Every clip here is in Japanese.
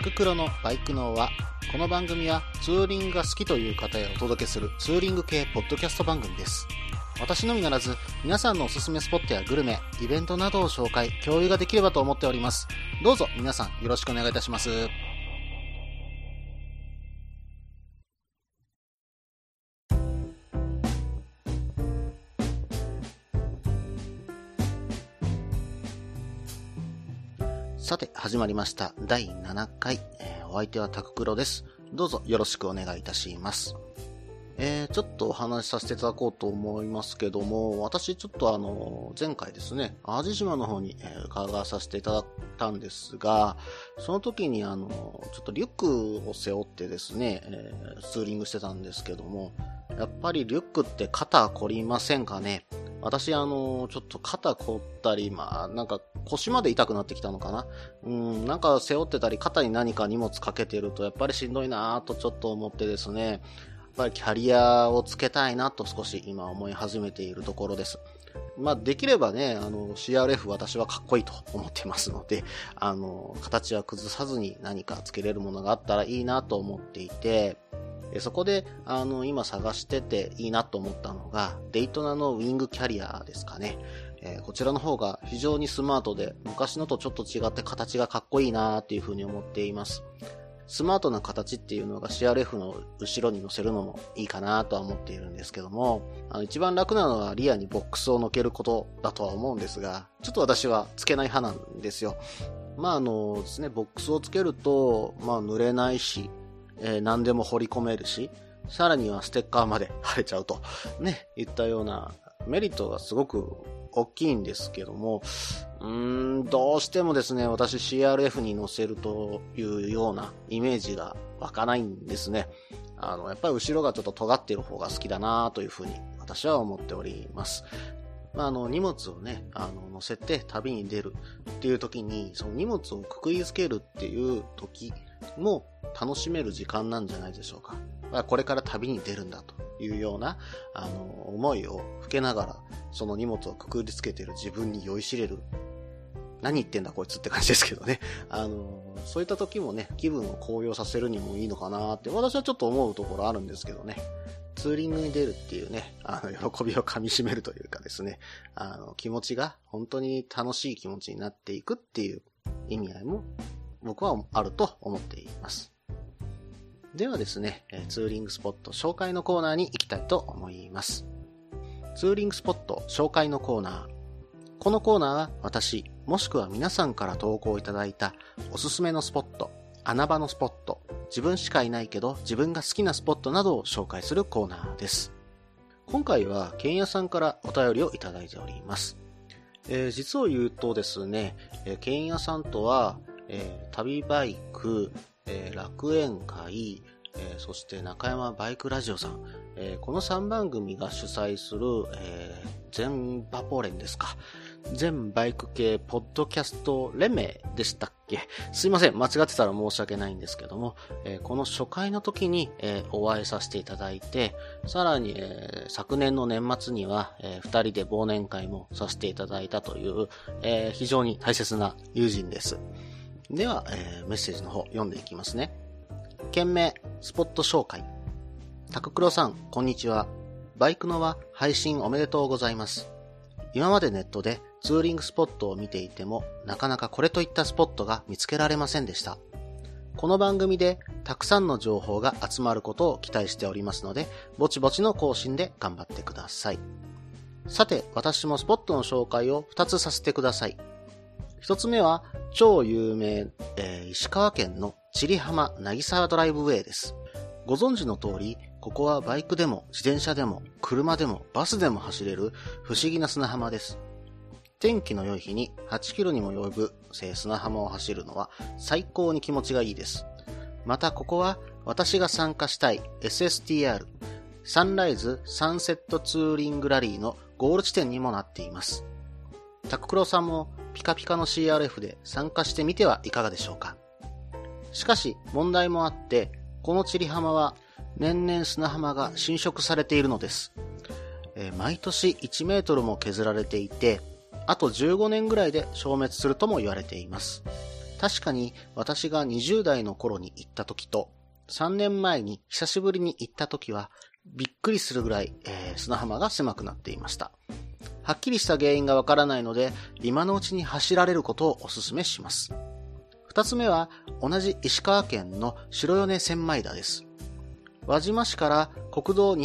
ククロのバイク脳は、この番組はツーリングが好きという方へお届けするツーリング系ポッドキャスト番組です。私のみならず皆さんのおすすめスポットやグルメ、イベントなどを紹介、共有ができればと思っております。どうぞ皆さんよろしくお願いいたします。さて始まりました第7回、お相手はタククロです。どうぞよろしくお願いいたします。ちょっとお話しさせていただこうと思いますけども、私ちょっと前回ですね、淡路島の方に、伺わさせていただいたんですが、その時にちょっとリュックを背負ってですね、ツーリングしてたんですけども、やっぱりリュックって肩凝りませんかね。私ちょっと肩凝ったり、なんか腰まで痛くなってきたのかな。なんか背負ってたり肩に何か荷物かけてるとやっぱりしんどいなぁとちょっと思ってですね、やっぱりキャリアをつけたいなと少し今思い始めているところです。できればね、CRF 私はかっこいいと思ってますので、形は崩さずに何かつけれるものがあったらいいなと思っていて、そこで、今探してていいなと思ったのが、デイトナのウィングキャリアですかね。こちらの方が非常にスマートで、昔のとちょっと違って形がかっこいいなっていうふうに思っています。スマートな形っていうのが CRF の後ろに乗せるのもいいかなとは思っているんですけども、一番楽なのはリアにボックスを乗けることだとは思うんですが、ちょっと私はつけない派なんですよ。ですね、ボックスをつけると、濡れないし、何でも掘り込めるし、さらにはステッカーまで貼れちゃうとね、いったようなメリットがすごく大きいんですけども、どうしてもですね、私 CRF に乗せるというようなイメージが湧かないんですね。やっぱり後ろがちょっと尖っている方が好きだなというふうに私は思っております。荷物をね、乗せて旅に出るっていう時に、その荷物をくくりつけるっていう時も楽しめる時間なんじゃないでしょうか。これから旅に出るんだというような、思いをふけながら、その荷物をくくりつけている自分に酔いしれる。何言ってんだこいつって感じですけどね。そういった時もね、気分を高揚させるにもいいのかなって私はちょっと思うところあるんですけどね。ツーリングに出るっていうね、喜びを噛み締めるというかですね、気持ちが本当に楽しい気持ちになっていくっていう意味合いも僕はあると思っています。ではですね、ツーリングスポット紹介のコーナーに行きたいと思います。ツーリングスポット紹介のコーナー。このコーナーは私、もしくは皆さんから投稿いただいたおすすめのスポット、穴場のスポット、自分しかいないけど自分が好きなスポットなどを紹介するコーナーです。今回はケンヤさんからお便りをいただいております。実を言うとですね、ケンヤさんとは、旅バイク、楽園会、そして中山バイクラジオさん、この3番組が主催する、全バポ連ですか。全バイク系ポッドキャスト連盟でしたっけ。すいません、間違ってたら申し訳ないんですけども、この初回の時に、お会いさせていただいて、さらに、昨年の年末には、2人で忘年会もさせていただいたという、非常に大切な友人です。では、メッセージの方読んでいきますね。件名、スポット紹介。タククロさん、こんにちは。バイクのは配信おめでとうございます。今までネットでツーリングスポットを見ていても、なかなかこれといったスポットが見つけられませんでした。この番組でたくさんの情報が集まることを期待しておりますので、ぼちぼちの更新で頑張ってください。さて、私もスポットの紹介を2つさせてください。1つ目は超有名、石川県の千里浜渚ドライブウェイです。ご存知の通り、ここはバイクでも自転車でも車でもバスでも走れる不思議な砂浜です。天気の良い日に8キロにも及ぶ砂浜を走るのは最高に気持ちがいいです。またここは私が参加したい SSTR サンライズサンセットツーリングラリーのゴール地点にもなっています。タククロさんもピカピカの CRF で参加してみてはいかがでしょうか。しかし問題もあって、この千里浜は年々砂浜が侵食されているのです。毎年1メートルも削られていて、あと15年ぐらいで消滅するとも言われています。 確かに私が20代の頃に行った時と、3年前に久しぶりに行った時は、びっくりするぐらい、砂浜が狭くなっていました。はっきりした原因がわからないので、今のうちに走られることをお勧めします。二つ目は、同じ石川県の白米千枚田です。輪島市から国道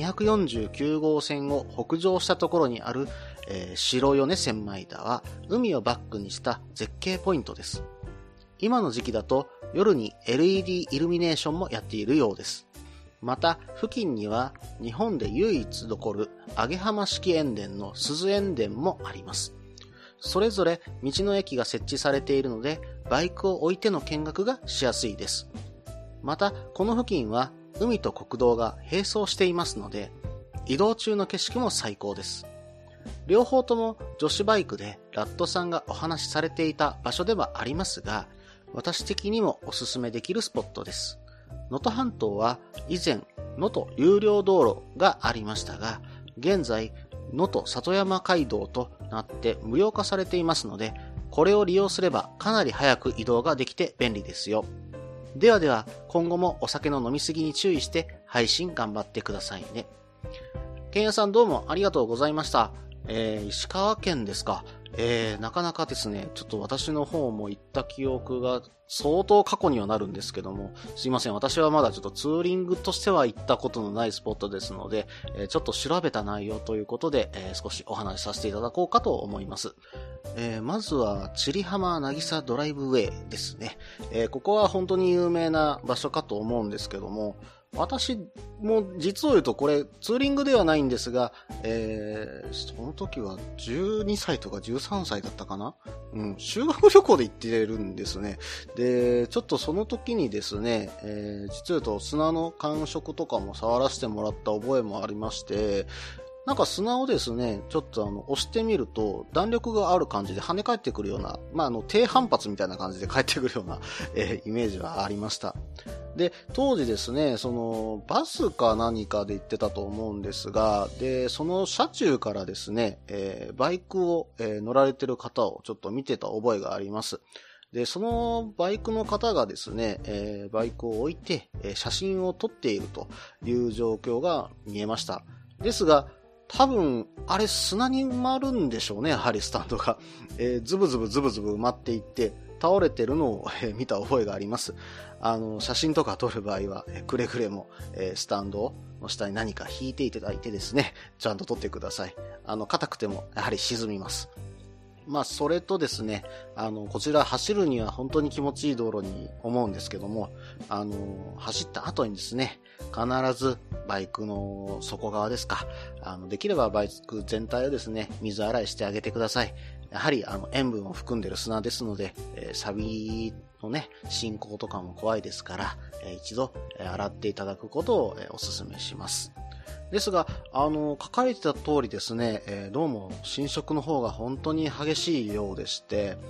249号線を北上したところにある、白米千枚田は、海をバックにした絶景ポイントです。今の時期だと夜に LED イルミネーションもやっているようです。また付近には日本で唯一残る揚浜式塩田の鈴塩田もあります。それぞれ道の駅が設置されているのでバイクを置いての見学がしやすいです。またこの付近は海と国道が並走していますので移動中の景色も最高です。両方とも女子バイクでラットさんがお話しされていた場所ではありますが、私的にもおすすめできるスポットです。能登半島は以前能登有料道路がありましたが、現在能登里山街道となって無料化されていますので、これを利用すればかなり早く移動ができて便利ですよ。では今後もお酒の飲みすぎに注意して配信頑張ってくださいね。けんやさんどうもありがとうございました。石川県ですか。なかなかですね、ちょっと私の方も行った記憶が相当過去にはなるんですけども、すいません、私はまだちょっとツーリングとしては行ったことのないスポットですので、ちょっと調べた内容ということで、少しお話しさせていただこうかと思います。まずは、千里浜渚ドライブウェイですね。ここは本当に有名な場所かと思うんですけども、私も実を言うとこれツーリングではないんですが、その時は12歳とか13歳だったかな、修学旅行で行ってるんですね。で、ちょっとその時にですね、実を言うと砂の感触とかも触らせてもらった覚えもありまして、なんか砂をですね、ちょっと押してみると弾力がある感じで跳ね返ってくるような、低反発みたいな感じで返ってくるような、イメージはありました。で、当時ですね、そのバスか何かで行ってたと思うんですが、で、その車中からですね、バイクを、乗られてる方をちょっと見てた覚えがあります。で、そのバイクの方がですね、バイクを置いて、写真を撮っているという状況が見えました。ですが、多分、あれ砂に埋まるんでしょうね、やはりスタンドが。ズブズブ埋まっていって、倒れてるのを見た覚えがあります。写真とか撮る場合は、くれぐれも、スタンドの下に何か引いていただいてですね、ちゃんと撮ってください。硬くてもやはり沈みます。それとですね、こちら走るには本当に気持ちいい道路に思うんですけども、走った後にですね、必ずバイクの底側ですか、できればバイク全体をですね、水洗いしてあげてください。やはり塩分を含んでいる砂ですので、錆びのね、進行とかも怖いですから、一度洗っていただくことをお勧めします。ですが、書かれてた通りですね、どうも浸食の方が本当に激しいようでして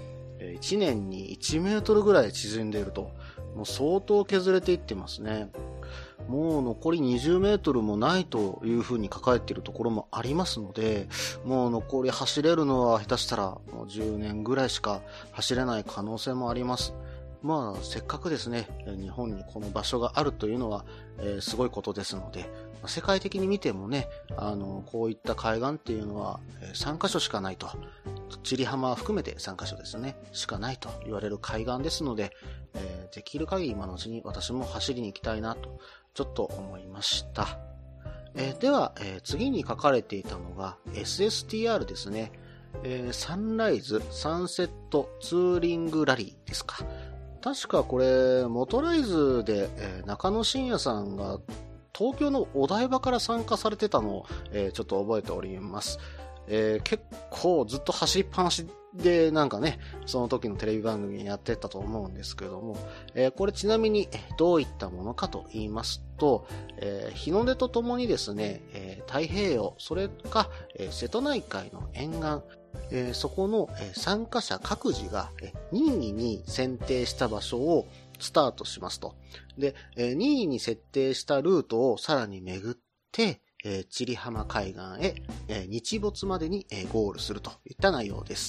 、1年に1メートルぐらい縮んでいると、もう相当削れていってますね。もう残り20メートルもないというふうに書かれているところもありますので、もう残り走れるのは下手したらもう10年ぐらいしか走れない可能性もあります。せっかくですね、日本にこの場所があるというのは、すごいことですので、世界的に見てもね、こういった海岸っていうのは、3カ所しかないと、千里浜含めて3カ所ですね、しかないと言われる海岸ですので、できる限り今のうちに私も走りに行きたいなと、ちょっと思いました。では、次に書かれていたのが SSTR ですね。サンライズサンセットツーリングラリーですか。確かこれモトライズで、中野真也さんが東京のお台場から参加されてたのを、ちょっと覚えております。結構ずっと走りっぱなしでなんかね、その時のテレビ番組やってたと思うんですけども、これちなみにどういったものかと言いますと、日の出とともにですね、太平洋、それか、瀬戸内海の沿岸、そこの参加者各自が任意に選定した場所をスタートしますと。で、任意に設定したルートをさらに巡って、千里浜海岸へ、日没までにゴールするといった内容です。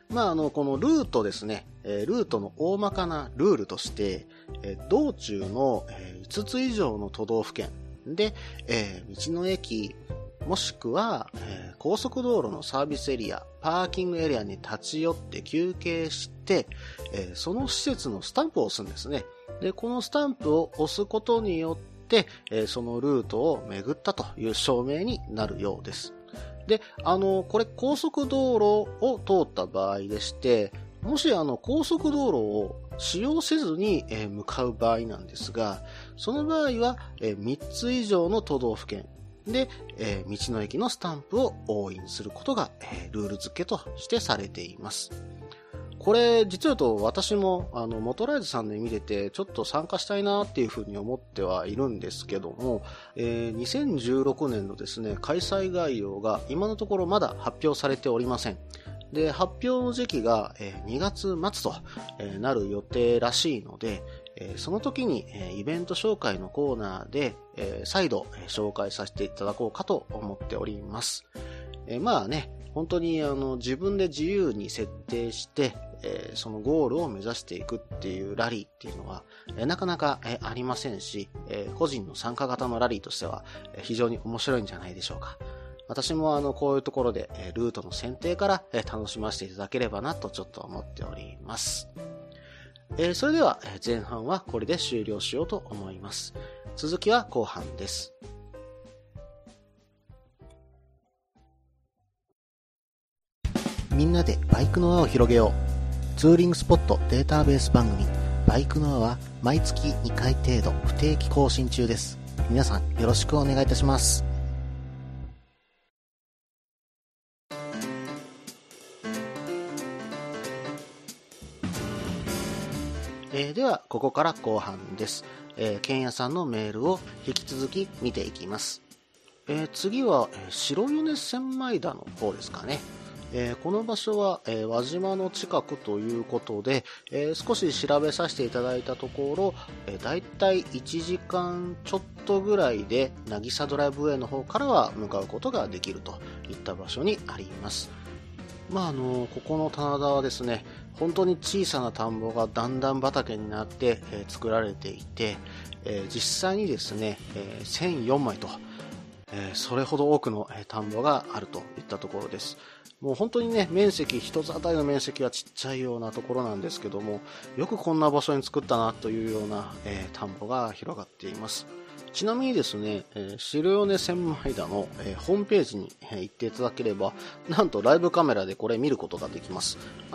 このルートですね、ルートの大まかなルールとして、道中の5つ以上の都道府県で、道の駅、もしくは、高速道路のサービスエリア、パーキングエリアに立ち寄って休憩して、その施設のスタンプを押すんですね。で、このスタンプを押すことによって、そのルートを巡ったという証明になるようです。で、これ高速道路を通った場合でして、もし高速道路を使用せずに向かう場合なんですが、その場合は3つ以上の都道府県で道の駅のスタンプを押印することがルール付けとしてされています。これ実は言うと私もモトライズさんで見ててちょっと参加したいなっていうふうに思ってはいるんですけども、2016年のですね開催概要が今のところまだ発表されておりません。で、発表の時期が2月末となる予定らしいので、その時にイベント紹介のコーナーで再度紹介させていただこうかと思っております。本当に自分で自由に設定してそのゴールを目指していくっていうラリーっていうのはなかなかありませんし、個人の参加型のラリーとしては非常に面白いんじゃないでしょうか。私もこういうところでルートの選定から楽しませていただければなとちょっと思っております。それでは前半はこれで終了しようと思います。続きは後半です。みんなでバイクの輪を広げよう。ツーリングスポットデータベース番組バイクの輪は毎月2回程度不定期更新中です。皆さんよろしくお願いいたします。ではここから後半です。ケンヤさんのメールを引き続き見ていきます。次は白米千枚田の方ですかね。この場所は、輪島の近くということで、少し調べさせていただいたところ、だいたい1時間ちょっとぐらいで渚ドライブウェイの方からは向かうことができるといった場所にあります。ここの棚田はですね、本当に小さな田んぼが段々畑になって、作られていて、実際にですね、1004枚と、それほど多くの田んぼがあるといったところです。もう本当にね、面積、一つあたりの面積はちっちゃいようなところなんですけども、よくこんな場所に作ったなというような、田んぼが広がっています。ちなみにですね、白米千枚田の、ホームページに、行っていただければ、なんとライブカメラでこれ見ることができます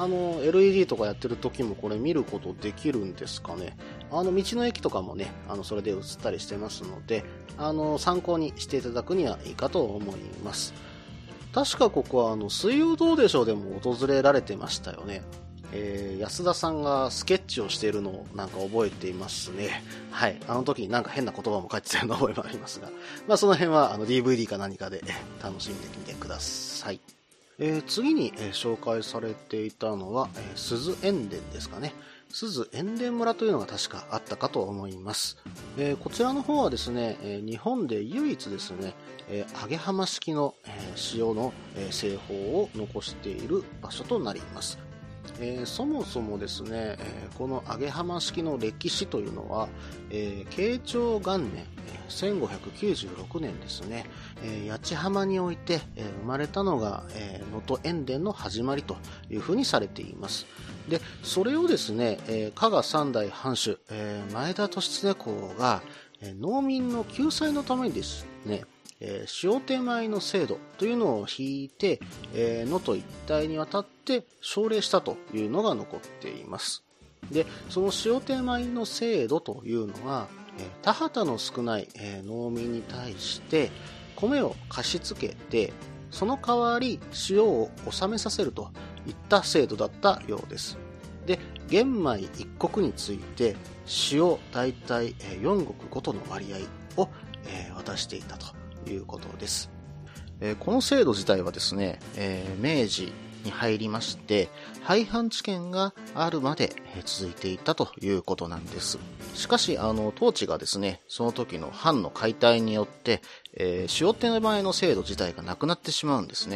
。LED とかやってる時もこれ見ることできるんですかね。道の駅とかもね、それで映ったりしてますので、参考にしていただくにはいいかと思います。確かここは水曜どうでしょうでも訪れられてましたよね。安田さんがスケッチをしているのをなんか覚えていますね。はい。あの時になんか変な言葉も書いてたような覚えもありますが。その辺はDVD か何かで楽しんでみてください。次に、紹介されていたのは、鈴塩田ですかね。鈴塩田村というのが確かあったかと思います。こちらの方はですね、日本で唯一ですね、揚げ浜式の、塩の、製法を残している場所となります。そもそもですね、この揚げ浜式の歴史というのは、慶長元年、1596年ですね、八千浜において、生まれたのが能登塩田の始まりというふうにされています。で、それをですね、加賀三代藩主、前田利常公が、農民の救済のためにですね、塩手米の制度というのを引いて、能登一帯にわたって奨励したというのが残っています。で、その塩手米の制度というのは、田畑の少ない、農民に対して米を貸し付けて、その代わり塩を納めさせるといった制度だったようです。で、玄米一石について塩大体4石ごとの割合を渡していたということです。この制度自体はですね、明治に入りまして廃藩置県があるまで続いていたということなんです。しかし統治がですね、その時の藩の解体によって、塩手米の制度自体がなくなってしまうんですね。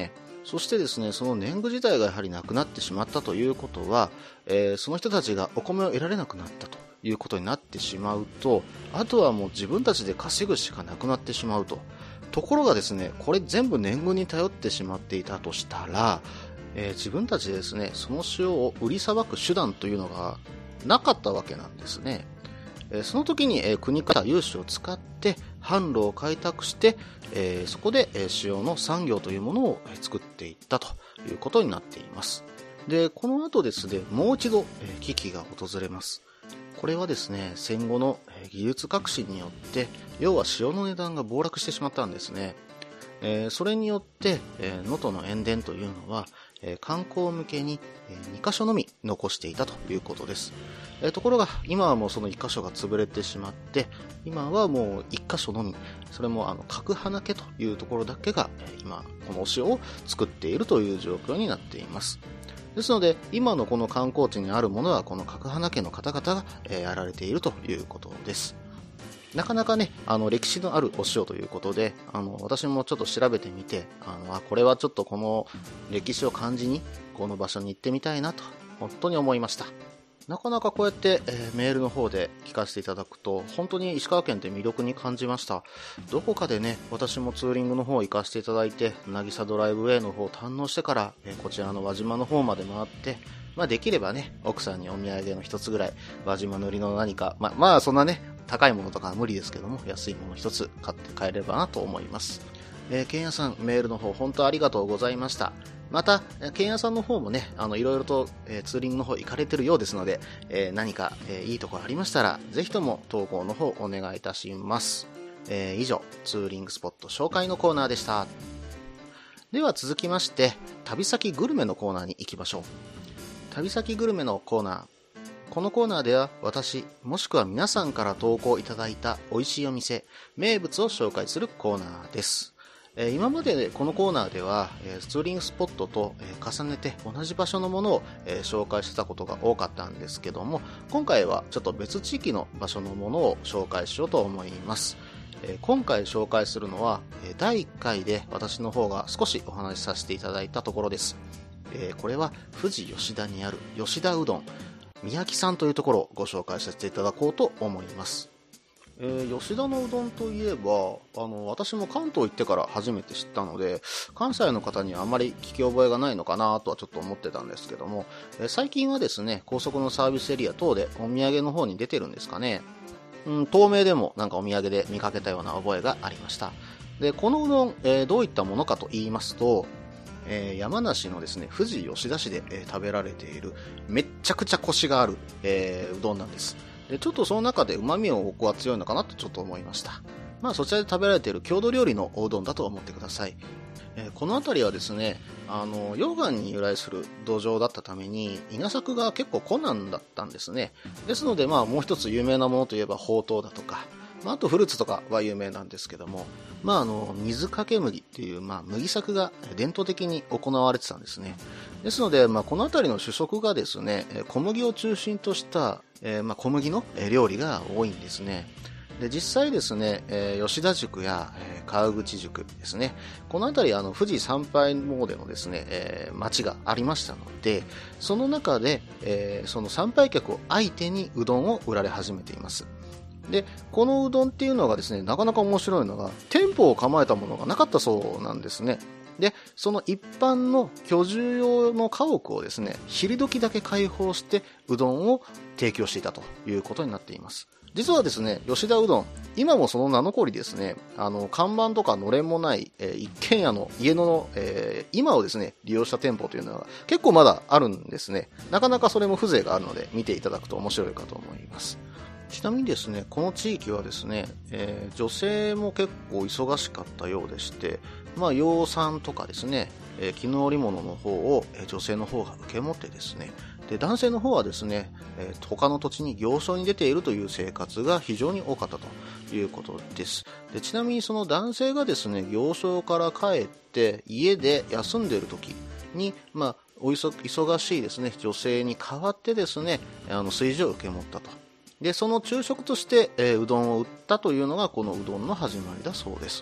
そしてですね、その年貢自体がやはりなくなってしまったということは、その人たちがお米を得られなくなったということになってしまうと、あとはもう自分たちで稼ぐしかなくなってしまうと。ところがですね、これ全部年貢に頼ってしまっていたとしたら、自分たちでですね、その塩を売りさばく手段というのがなかったわけなんですね。その時に、国から融資を使って販路を開拓して、そこで、塩の産業というものを作っていったということになっています。で、この後ですね、もう一度、危機が訪れます。これはですね、戦後の技術革新によって、要は塩の値段が暴落してしまったんですね。それによって、能登の塩田というのは、観光向けに2カ所のみ残していたということです。ところが今はもうその1カ所が潰れてしまって、今はもう1カ所のみ、それも角花家というところだけが今このお塩を作っているという状況になっています。ですので今のこの観光地にあるものはこの角花家の方々がやられているということです。なかなかね、歴史のあるお塩ということで、私もちょっと調べてみて、これはちょっとこの歴史を感じに、この場所に行ってみたいなと、本当に思いました。なかなかこうやって、メールの方で聞かせていただくと、本当に石川県って魅力に感じました。どこかでね、私もツーリングの方行かせていただいて、渚ドライブウェイの方を堪能してから、こちらの輪島の方まで回って、できればね、奥さんにお土産の一つぐらい、輪島塗りの何か、そんなね、高いものとかは無理ですけども、安いもの一つ買って帰れればなと思います。ケンヤさん、メールの方本当ありがとうございました。また、ケンヤさんの方もね、いろいろと、ツーリングの方行かれてるようですので、何か、いいところありましたら、ぜひとも投稿の方お願いいたします。以上、ツーリングスポット紹介のコーナーでした。では続きまして、旅先グルメのコーナーに行きましょう。旅先グルメのコーナー。このコーナーでは私、もしくは皆さんから投稿いただいた美味しいお店、名物を紹介するコーナーです。今までこのコーナーではツーリングスポットと重ねて同じ場所のものを紹介してたことが多かったんですけども、今回はちょっと別地域の場所のものを紹介しようと思います。今回紹介するのは第1回で私の方が少しお話しさせていただいたところです。これは富士吉田にある吉田うどん宮城さんというところをご紹介させていただこうと思います。吉田のうどんといえば私も関東行ってから初めて知ったので、関西の方にはあまり聞き覚えがないのかなとはちょっと思ってたんですけども、最近はですね、高速のサービスエリア等でお土産の方に出てるんですかね。東名でもなんかお土産で見かけたような覚えがありました。で、このうどん、どういったものかと言いますと、山梨のですね、富士吉田市で、食べられているめっちゃくちゃコシがある、うどんなんです。で、ちょっとその中で旨味を僕は強いのかなとちょっと思いました。そちらで食べられている郷土料理のおうどんだと思ってください。この辺りはですね、溶岩に由来する土壌だったために稲作が結構困難だったんですね。ですのでもう一つ有名なものといえばほうとうだとか、あとフルーツとかは有名なんですけども、水かけ麦っていう、麦作が伝統的に行われてたんですね。ですので、この辺りの主食がですね、小麦を中心とした、小麦の料理が多いんですね。で、実際ですね、吉田宿や川口宿ですね、この辺り富士参拝詣のですね、町がありましたので、その中で、その参拝客を相手にうどんを売られ始めています。で、このうどんっていうのがですね、なかなか面白いのが、店舗を構えたものがなかったそうなんですね。で、その一般の居住用の家屋をですね、昼時だけ開放してうどんを提供していたということになっています。実はですね、吉田うどん、今もその名の通りですね、看板とかのれんもない、一軒家の家の、今をですね、利用した店舗というのが結構まだあるんですね。なかなかそれも風情があるので、見ていただくと面白いかと思います。ちなみにですね、この地域はですね、女性も結構忙しかったようでして、養蚕とかですね、絹織物の方を女性の方が受け持ってですね、で男性の方はですね、他の土地に行商に出ているという生活が非常に多かったということです。でちなみにその男性がですね、行商から帰って家で休んでいる時に、忙しいですね、女性に代わってですね、炊事を受け持ったと。でその昼食として、うどんを売ったというのがこのうどんの始まりだそうです。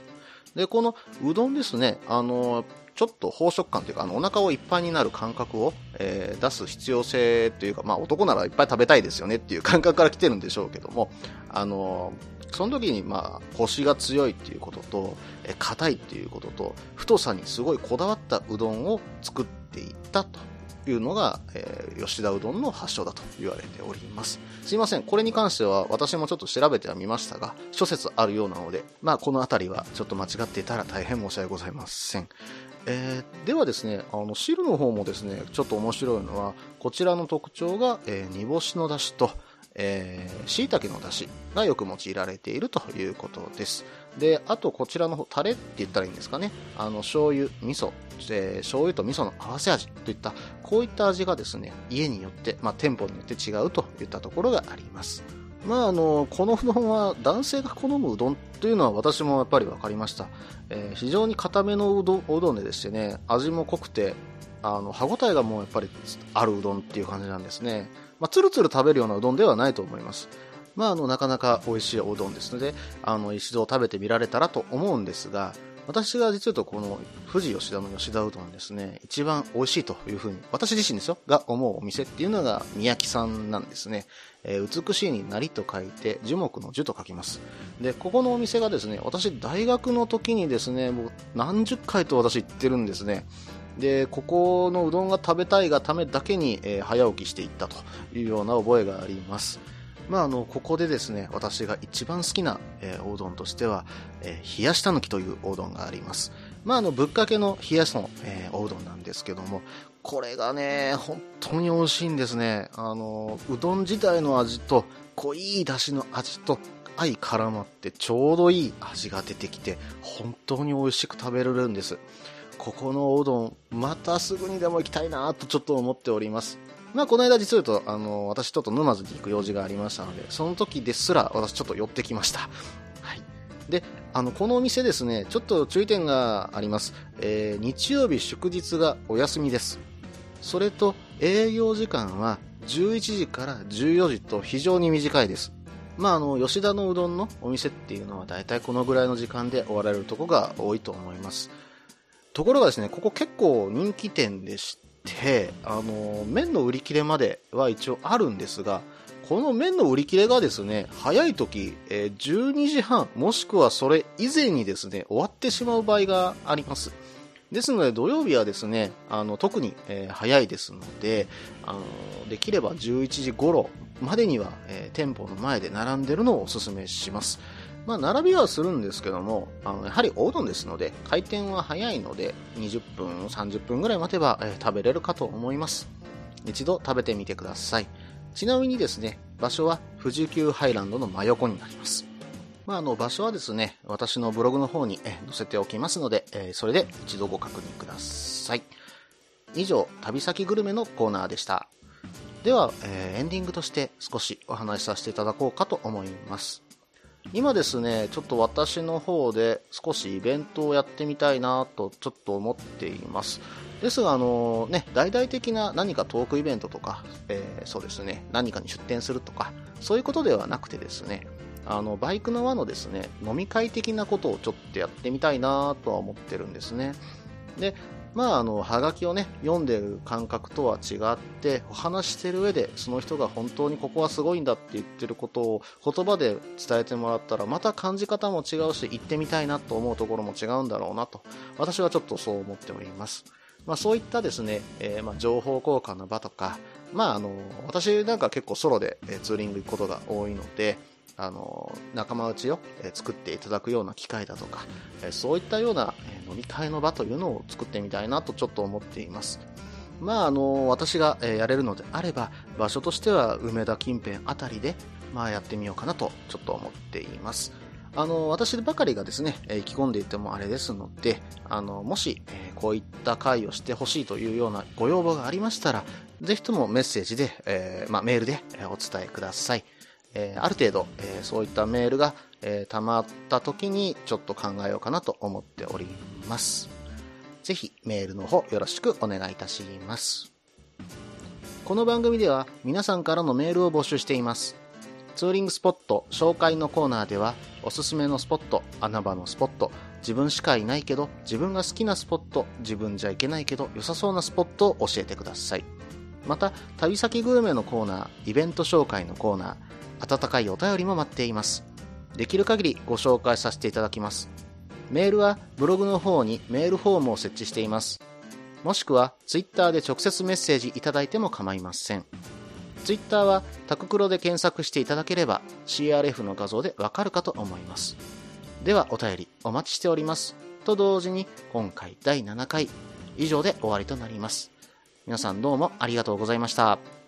で、このうどんですね、ちょっと飽食感というか、お腹をいっぱいになる感覚を、出す必要性というか、まあ男ならいっぱい食べたいですよねっていう感覚から来てるんでしょうけども、その時にまあコシが強いっていうことと、硬いっていうことと、太さにすごいこだわったうどんを作っていったというのが、吉田うどんの発祥だと言われております。すいません、これに関しては私もちょっと調べてはみましたが、諸説あるようなので、まあこのあたりはちょっと間違っていたら大変申し訳ございません。ではですね、汁の方もですね、ちょっと面白いのは、こちらの特徴が、煮干しの出汁と、椎茸の出汁がよく用いられているということです。で、あとこちらのタレって言ったらいいんですかね。醤油、味噌、醤油と味噌の合わせ味といった、こういった味がですね、家によって、まあ店舗によって違うといったところがあります。まあこのうどんは男性が好むうどんというのは私もやっぱり分かりました。非常に固めのおうどんでしてね、味も濃くて、歯ごたえがもうやっぱりあるうどんっていう感じなんですね。まあ、つるつる食べるようなうどんではないと思います。まあ、なかなか美味しいおうどんですので、一度食べてみられたらと思うんですが、私が実はとこの富士吉田の吉田うどんですね、一番美味しいというふうに、私自身ですよ、が思うお店っていうのが宮城さんなんですね。美しいになりと書いて、樹木の樹と書きます。で、ここのお店がですね、私大学の時にですね、もう何十回と私行ってるんですね。で、ここのうどんが食べたいがためだけに、早起きしていったというような覚えがあります。まあ、ここでですね、私が一番好きな、おうどんとしては、冷やしたぬきというおうどんがあります。まあ、ぶっかけの冷やしの、おうどんなんですけども、これがね、本当に美味しいんですね。うどん自体の味と、濃い出汁の味と相絡まってちょうどいい味が出てきて、本当に美味しく食べれるんです。ここのおうどん、またすぐにでも行きたいなとちょっと思っております。まあ、この間実を言うと、私ちょっと沼津に行く用事がありましたので、その時ですら私ちょっと寄ってきました。はい。で、このお店ですね、ちょっと注意点があります。日曜日祝日がお休みです。それと、営業時間は11時から14時と非常に短いです。まあ、吉田のうどんのお店っていうのは大体このぐらいの時間で終わられるところが多いと思います。ところがですね、ここ結構人気店でして、麺の売り切れまでは一応あるんですが、この麺の売り切れがですね、早い時、12時半、もしくはそれ以前にですね、終わってしまう場合があります。ですので土曜日はですね、特に、早いですので、できれば11時頃までには、店舗の前で並んでるのをお勧めします。まあ、並びはするんですけども、やはりおうどんですので、開店は早いので、20分、30分ぐらい待てば、食べれるかと思います。一度食べてみてください。ちなみにですね、場所は富士急ハイランドの真横になります。まあ、場所はですね、私のブログの方に載せておきますので、それで一度ご確認ください。以上、旅先グルメのコーナーでした。では、エンディングとして少しお話しさせていただこうかと思います。今ですね、ちょっと私の方で少しイベントをやってみたいなとちょっと思っています。ですが、大々的な何かトークイベントとか、そうですね、何かに出店するとか、そういうことではなくてですね、バイクの輪のですね、飲み会的なことをちょっとやってみたいなとは思ってるんですね。で、まあ、はがきをね、読んでる感覚とは違って、お話してる上で、その人が本当にここはすごいんだって言ってることを言葉で伝えてもらったら、また感じ方も違うし、行ってみたいなと思うところも違うんだろうなと、私はちょっとそう思っております。まあ、そういったですね、情報交換の場とか、まあ、私なんか結構ソロでツーリング行くことが多いので、仲間内を作っていただくような機会だとか、そういったような飲み会の場というのを作ってみたいなとちょっと思っています。まあ、私がやれるのであれば、場所としては梅田近辺あたりで、まあ、やってみようかなとちょっと思っています。私ばかりがですね、意気込んでいてもあれですので、もし、こういった会をしてほしいというようなご要望がありましたら、ぜひともメッセージで、メールでお伝えください。ある程度、そういったメールが、溜まった時にちょっと考えようかなと思っております。ぜひメールの方よろしくお願いいたします。この番組では皆さんからのメールを募集しています。ツーリングスポット紹介のコーナーでは、おすすめのスポット、穴場のスポット、 自分しかいないけど、自分が好きなスポット、自分じゃ行けないけど良さそうなスポットを教えてください。また、旅先グルメのコーナー、イベント紹介のコーナー、温かいお便りも待っています。できる限りご紹介させていただきます。メールはブログの方にメールフォームを設置しています。もしくはツイッターで直接メッセージいただいても構いません。ツイッターはタククロで検索していただければ CRF の画像でわかるかと思います。ではお便りお待ちしております。と同時に今回第7回以上で終わりとなります。皆さんどうもありがとうございました。